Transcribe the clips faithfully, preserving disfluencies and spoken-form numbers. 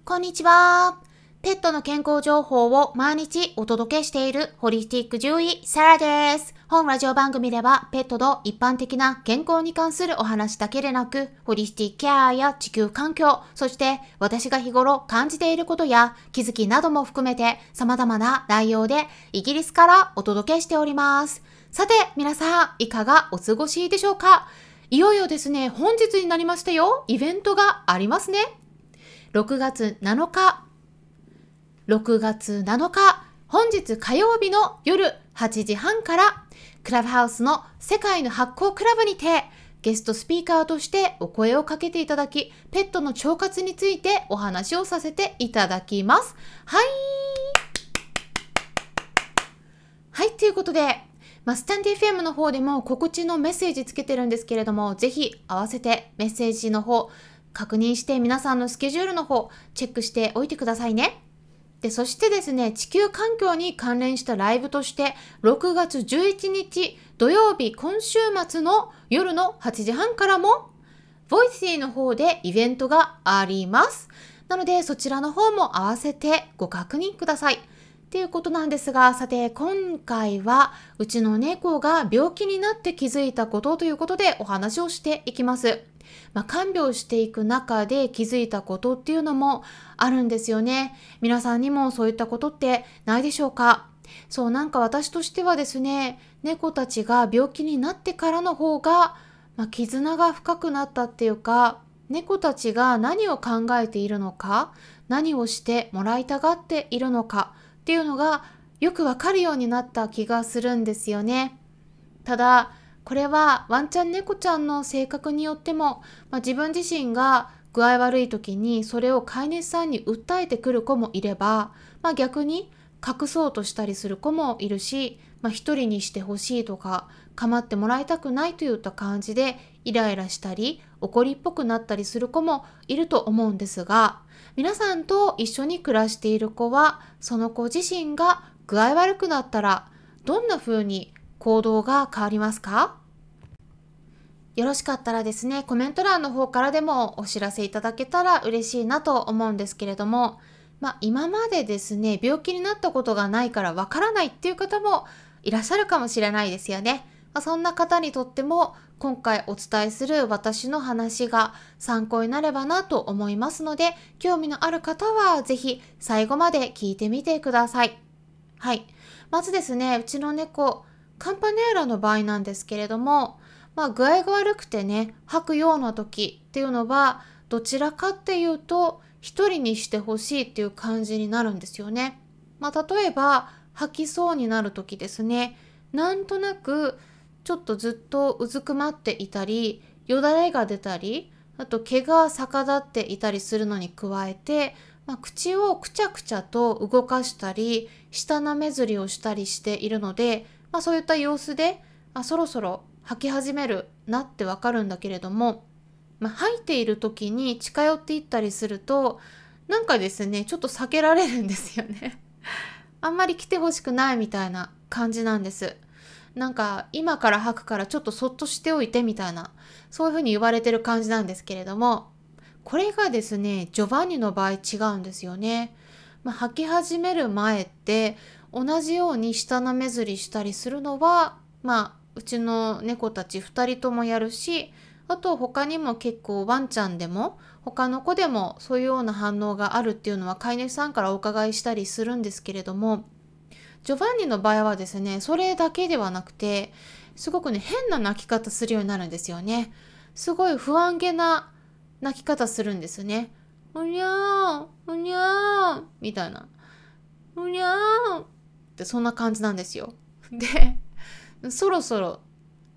こんにちは。ペットの健康情報を毎日お届けしているホリスティック獣医サラです。本ラジオ番組ではペットの一般的な健康に関するお話だけでなく、ホリスティックケアや地球環境、そして私が日頃感じていることや気づきなども含めて様々な内容でイギリスからお届けしております。さて皆さんいかがお過ごしでしょうか？いよいよですね、本日になりましたよ。イベントがありますね。ろくがつなのか、ろくがつなのか、本日火曜日の夜はちじはんから、クラブハウスの世界の発酵クラブにて、ゲストスピーカーとしてお声をかけていただき、ペットの腸活についてお話をさせていただきます。はい。はい、ということで、まあ、スタンディ エフエム の方でも告知のメッセージつけてるんですけれども、ぜひ合わせてメッセージの方、確認して皆さんのスケジュールの方、チェックしておいてくださいね。で、そしてですね、地球環境に関連したライブとして、ろくがつじゅういちにち土曜日、今週末の夜のはちじはんからも、ボイシーの方でイベントがあります。なので、そちらの方も合わせてご確認ください。っていうことなんですが、さて、今回は、うちの猫が病気になって気づいたことということでお話をしていきます。まあ、看病していく中で気づいたことっていうのもあるんですよね。皆さんにもそういったことってないでしょうか？そう、なんか私としてはですね、猫たちが病気になってからの方が、まあ、絆が深くなったっていうか、猫たちが何を考えているのか、何をしてもらいたがっているのかっていうのがよくわかるようになった気がするんですよね。ただ、これはワンちゃん猫ちゃんの性格によっても、まあ、自分自身が具合悪い時にそれを飼い主さんに訴えてくる子もいれば、まあ、逆に隠そうとしたりする子もいるし、まあ、一人にしてほしいとか構ってもらいたくないといった感じでイライラしたり怒りっぽくなったりする子もいると思うんですが、皆さんと一緒に暮らしている子はその子自身が具合悪くなったらどんな風に行動が変わりますか？よろしかったらですね、コメント欄の方からでもお知らせいただけたら嬉しいなと思うんですけれども、まあ今までですね、病気になったことがないからわからないっていう方もいらっしゃるかもしれないですよね。まあ、そんな方にとっても今回お伝えする私の話が参考になればなと思いますので、興味のある方はぜひ最後まで聞いてみてください。はい。まずですね、うちの猫、カンパネーラの場合なんですけれども、まあ具合が悪くてね、吐くような時っていうのは、どちらかっていうと、一人にしてほしいっていう感じになるんですよね。まあ例えば、吐きそうになる時ですね、なんとなく、ちょっとずっとうずくまっていたり、よだれが出たり、あと毛が逆立っていたりするのに加えて、まあ、口をくちゃくちゃと動かしたり、舌なめずりをしたりしているので、まあ、そういった様子で、あ、そろそろ吐き始めるなってわかるんだけれども、まあ、吐いている時に近寄っていったりすると、なんかですね、ちょっと避けられるんですよね。あんまり来てほしくないみたいな感じなんです。なんか今から吐くからちょっとそっとしておいてみたいな、そういうふうに言われてる感じなんですけれども、これがですね、ジョバンニの場合違うんですよね。まあ、吐き始める前って同じように舌なめずりしたりするのは、まあうちの猫たちふたりともやるし、あと他にも結構ワンちゃんでも他の子でもそういうような反応があるっていうのは飼い主さんからお伺いしたりするんですけれども、ジョバンニの場合はですね、それだけではなくて、すごくね、変な泣き方するようになるんですよね。すごい不安げな泣き方するんですね。うにゃー、うにゃー、みたいな。うにゃーってそんな感じなんですよ。で、そろそろ、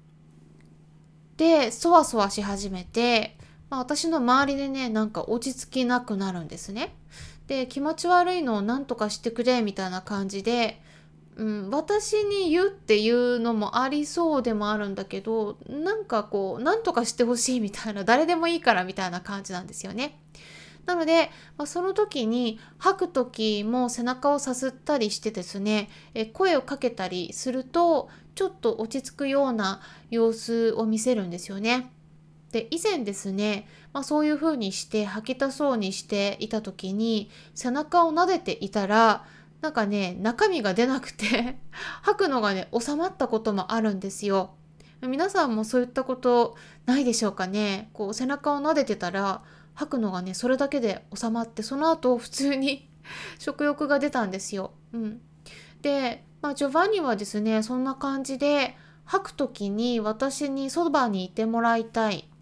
で、そわそわし始めて、まあ、私の周りでね、なんか落ち着きなくなるんですね。で、気持ち悪いのを何とかしてくれみたいな感じで、うん、私に言うっていうのもありそうでもあるんだけど、なんかこう、なんとかしてほしいみたいな、誰でもいいからみたいな感じなんですよね。なので、まあ、その時に吐く時も背中をさすったりしてですね、え声をかけたりすると、ちょっと落ち着くような様子を見せるんですよね。で、以前ですね、 まあ、そういう風にして吐きたそうにしていた時に背中を撫でていたら、なんかね、中身が出なくて吐くのがね、収まったこともあるんですよ。皆さんもそういったことないでしょうかね。こう背中を撫でてたら吐くのがね、それだけで収まって、その後普通に食欲が出たんですよ。うん。で、まあ、ジョバンニはですね、そんな感じで吐く時に私にそばにいてもらいたい。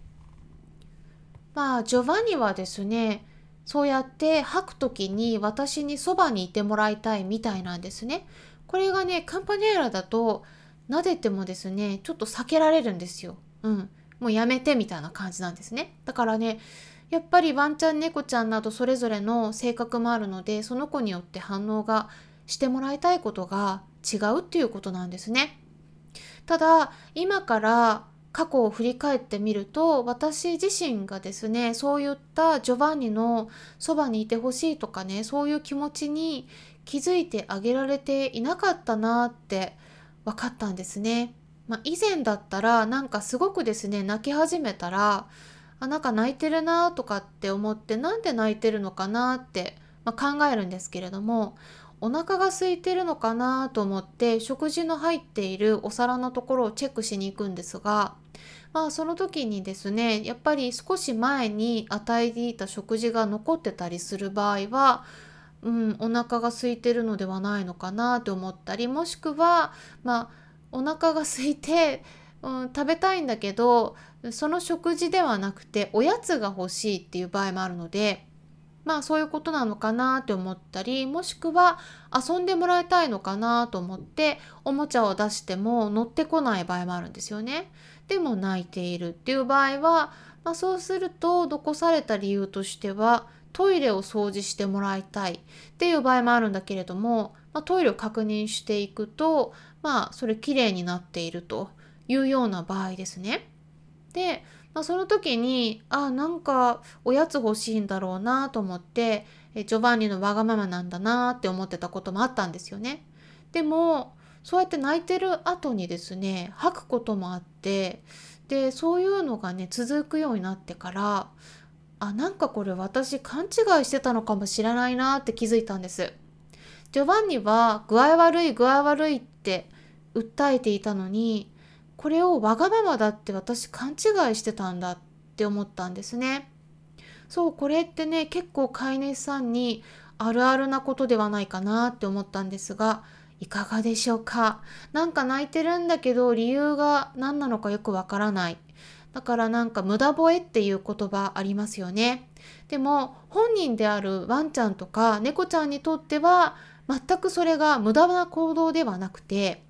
まあ、ジョバンニはですね、そうやって吐くときに私にそばにいてもらいたいみたいなんですね。これがね、カンパネラだと撫でてもですね、ちょっと避けられるんですよ。うん。もうやめてみたいな感じなんですね。だからね、やっぱりワンちゃん、猫ちゃんなどそれぞれの性格もあるので、その子によって反応がしてもらいたいことが違うっていうことなんですね。ただ、今から過去を振り返ってみると、私自身がですね、そういったジョバンニのそばにいてほしいとかね、そういう気持ちに気づいてあげられていなかったなって分かったんですね。まあ、以前だったらなんかすごくですね、泣き始めたら、あ、なんか泣いてるなとかって思って、なんで泣いてるのかなって、まあ、考えるんですけれども、お腹が空いてるのかなと思って食事の入っているお皿のところをチェックしに行くんですが、まあその時にですね、やっぱり少し前に与えていた食事が残ってたりする場合は、うん、お腹が空いてるのではないのかなと思ったり、もしくは、まあお腹が空いて、うん、食べたいんだけど、その食事ではなくておやつが欲しいっていう場合もあるので、まあそういうことなのかなって思ったり、もしくは遊んでもらいたいのかなと思っておもちゃを出しても乗ってこない場合もあるんですよね。でも泣いているっていう場合は、まあ、そうすると残された理由としてはトイレを掃除してもらいたいっていう場合もあるんだけれども、まあ、トイレを確認していくと、まあそれきれいになっているというような場合ですね。で、まあ、その時に、あ、なんかおやつ欲しいんだろうなと思って、えジョバンニのわがままなんだなって思ってたこともあったんですよね。でも、そうやって泣いてる後にですね、吐くこともあって、で、そういうのがね、続くようになってから、あ、なんかこれ私勘違いしてたのかもしれないなって気づいたんです。ジョバンニは具合悪い具合悪いって訴えていたのに、これをわがままだって私勘違いしてたんだって思ったんですね。そう、これってね、結構飼い主さんにあるあるなことではないかなって思ったんですが、いかがでしょうか。なんか泣いてるんだけど理由が何なのかよくわからない。だからなんか無駄吠えっていう言葉ありますよね。でも本人であるワンちゃんとか猫ちゃんにとっては全くそれが無駄な行動ではなくて、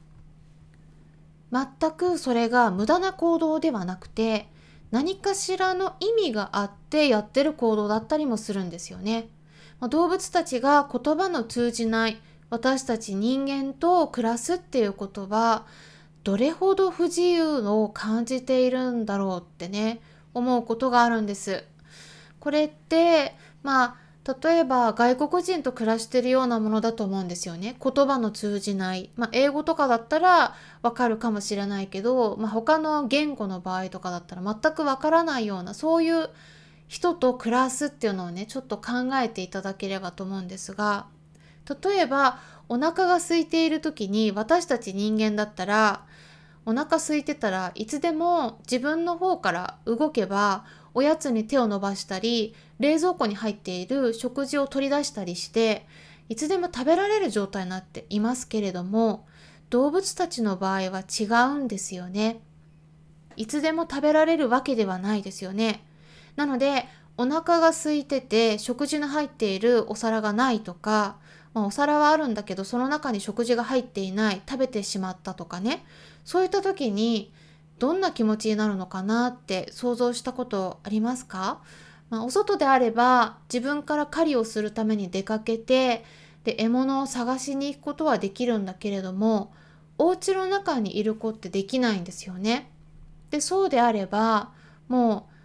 全くそれが無駄な行動ではなくて、何かしらの意味があってやってる行動だったりもするんですよね。動物たちが言葉の通じない私たち人間と暮らすっていうことは、どれほど不自由を感じているんだろうってね、思うことがあるんです。これってまあ例えば外国人と暮らしているようなものだと思うんですよね。言葉の通じない、まあ、英語とかだったらわかるかもしれないけど、まあ、他の言語の場合とかだったら全くわからないような、そういう人と暮らすっていうのをね、ちょっと考えていただければと思うんですが、例えばお腹が空いている時に私たち人間だったら、お腹空いてたらいつでも自分の方から動けばおやつに手を伸ばしたり、冷蔵庫に入っている食事を取り出したりしていつでも食べられる状態になっていますけれども、動物たちの場合は違うんですよね。いつでも食べられるわけではないですよね。なのでお腹が空いてて食事の入っているお皿がないとか、まあ、お皿はあるんだけどその中に食事が入っていない、食べてしまったとかね、そういった時にどんな気持ちになるのかなって想像したことありますか？まあ、お外であれば自分から狩りをするために出かけて、で獲物を探しに行くことはできるんだけれども、お家の中にいる子ってできないんですよね。で、そうであればもう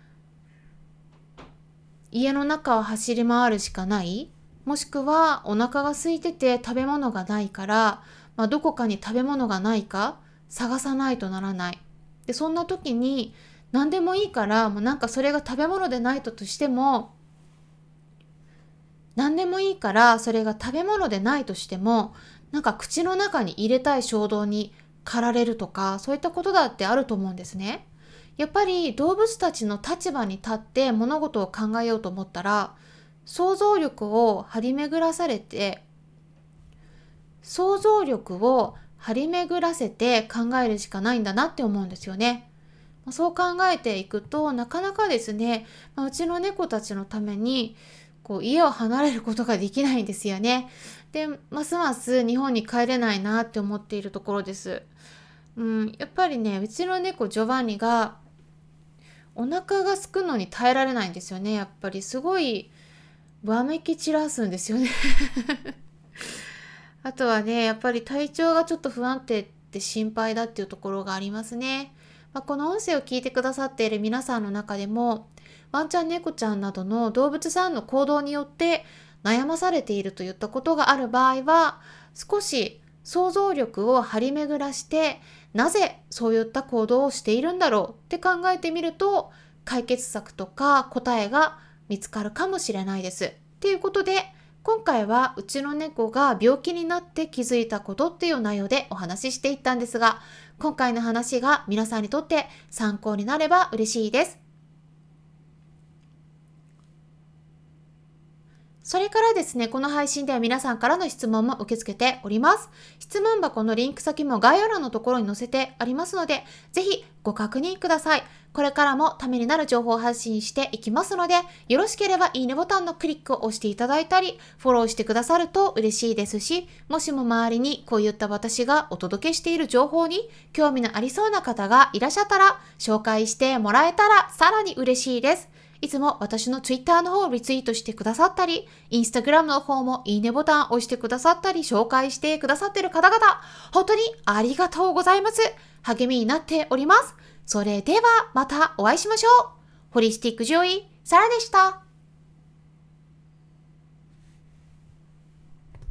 家の中を走り回るしかない、もしくはお腹が空いてて食べ物がないから、まあ、どこかに食べ物がないか探さないとならない。で、そんな時に何でもいいから、もうなんかそれが食べ物でないととしても、何でもいいからそれが食べ物でないとしても、なんか口の中に入れたい衝動に駆られるとか、そういったことだってあると思うんですね。やっぱり動物たちの立場に立って物事を考えようと思ったら、想像力を張り巡らされて、想像力を張り巡らせて考えるしかないんだなって思うんですよね。そう考えていくと、なかなかですね、うちの猫たちのためにこう家を離れることができないんですよね。で、ますます日本に帰れないなって思っているところです。うん、やっぱりね、うちの猫ジョバンニがお腹が空くのに耐えられないんですよね。やっぱりすごいわめき散らすんですよね。あとはね、やっぱり体調がちょっと不安定って心配だっていうところがありますね。まあ、この音声を聞いてくださっている皆さんの中でも、ワンちゃん猫ちゃんなどの動物さんの行動によって悩まされているといったことがある場合は、少し想像力を張り巡らして、なぜそういった行動をしているんだろうって考えてみると、解決策とか答えが見つかるかもしれないです。っていうことで、今回はうちの猫が病気になって気づいたことっていう内容でお話ししていったんですが、今回の話が皆さんにとって参考になれば嬉しいです。それからですね、この配信では皆さんからの質問も受け付けております。質問箱のリンク先も概要欄のところに載せてありますので、ぜひご確認ください。これからもためになる情報を発信していきますので、よろしければいいねボタンのクリックを押していただいたり、フォローしてくださると嬉しいですし、もしも周りにこういった私がお届けしている情報に興味のありそうな方がいらっしゃったら、紹介してもらえたらさらに嬉しいです。いつも私の Twitter の方をリツイートしてくださったり、Instagram の方もいいねボタンを押してくださったり、紹介してくださっている方々、本当にありがとうございます。励みになっております。それではまたお会いしましょう。ホリスティック獣医、サラでした。